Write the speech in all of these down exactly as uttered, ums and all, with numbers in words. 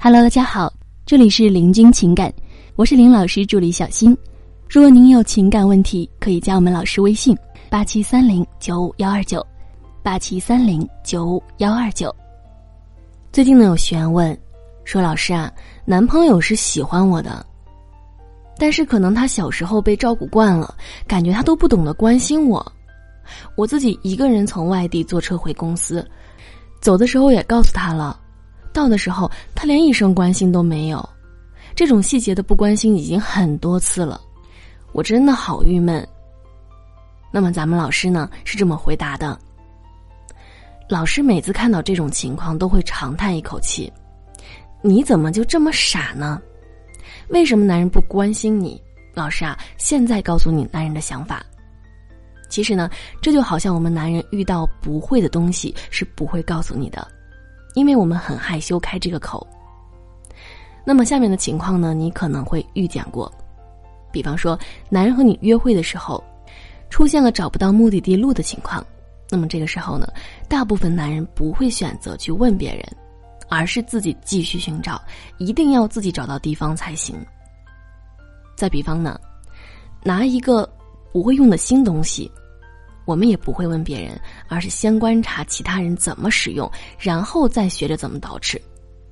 Hello， 大家好，这里是林君情感，我是林老师助理小新。如果您有情感问题，可以加我们老师微信八七三零九五幺二九，八七三零九五幺二九。最近呢，有学员问说，老师啊，男朋友是喜欢我的，但是可能他小时候被照顾惯了，感觉他都不懂得关心我。我自己一个人从外地坐车回公司，走的时候也告诉他了，到的时候他连一声关心都没有，这种细节的不关心已经很多次了，我真的好郁闷。那么咱们老师呢是这么回答的，老师每次看到这种情况都会长叹一口气，你怎么就这么傻呢？为什么男人不关心你？老师啊，现在告诉你男人的想法。其实呢，这就好像我们男人遇到不会的东西是不会告诉你的，因为我们很害羞开这个口。那么下面的情况呢，你可能会遇见过，比方说男人和你约会的时候出现了找不到目的地路的情况，那么这个时候呢，大部分男人不会选择去问别人，而是自己继续寻找，一定要自己找到地方才行。再比方呢，拿一个不会用的新东西，我们也不会问别人，而是先观察其他人怎么使用，然后再学着怎么捯饬。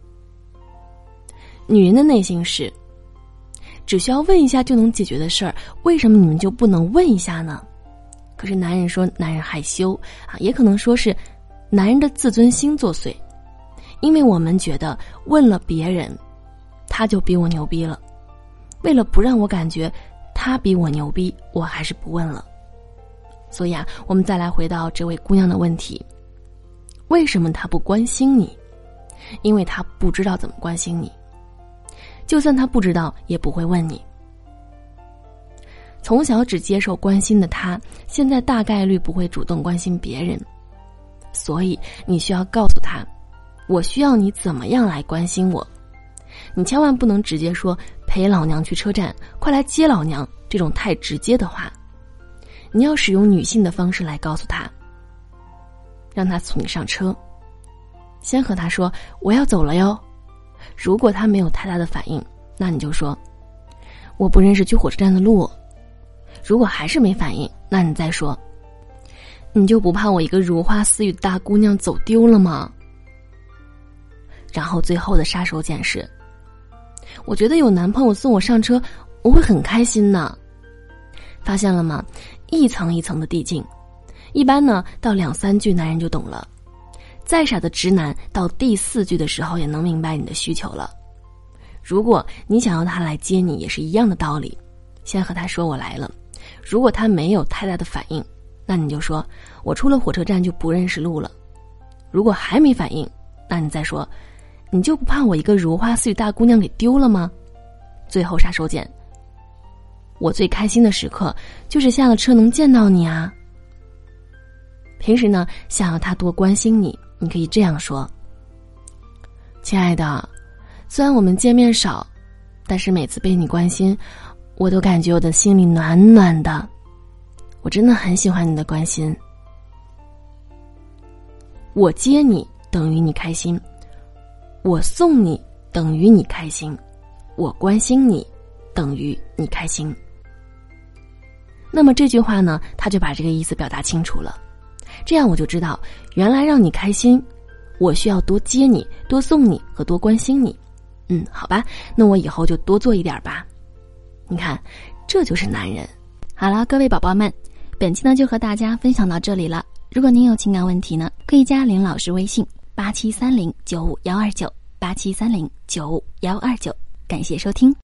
女人的内心是只需要问一下就能解决的事儿，为什么你们就不能问一下呢？可是男人说男人害羞啊，也可能说是男人的自尊心作祟，因为我们觉得问了别人他就比我牛逼了，为了不让我感觉他比我牛逼，我还是不问了。所以啊，我们再来回到这位姑娘的问题，为什么他不关心你？因为他不知道怎么关心你，就算他不知道也不会问你。从小只接受关心的他，现在大概率不会主动关心别人，所以你需要告诉他，我需要你怎么样来关心我。你千万不能直接说陪老娘去车站，快来接老娘，这种太直接的话。你要使用女性的方式来告诉他，让他送你上车，先和他说我要走了哟。如果他没有太大的反应，那你就说我不认识去火车站的路。如果还是没反应，那你再说你就不怕我一个如花似玉的大姑娘走丢了吗？然后最后的杀手锏是，我觉得有男朋友送我上车我会很开心呢。发现了吗？一层一层的递进，一般呢到两三句男人就懂了，再傻的直男到第四句的时候也能明白你的需求了。如果你想要他来接你也是一样的道理，先和他说我来了，如果他没有太大的反应，那你就说我出了火车站就不认识路了。如果还没反应，那你再说你就不怕我一个如花似玉大姑娘给丢了吗？最后杀手锏，我最开心的时刻就是下了车能见到你啊。平时呢，想要他多关心你，你可以这样说，亲爱的，虽然我们见面少，但是每次被你关心，我都感觉我的心里暖暖的，我真的很喜欢你的关心。我接你等于你开心，我送你等于你开心，我关心你等于你开心。那么这句话呢，他就把这个意思表达清楚了。这样我就知道，原来让你开心，我需要多接你，多送你和多关心你。嗯，好吧，那我以后就多做一点吧。你看，这就是男人。好了，各位宝宝们，本期呢就和大家分享到这里了。如果您有情感问题呢，可以加林老师微信八七三零九五幺二九，八七三零九五幺二九。感谢收听。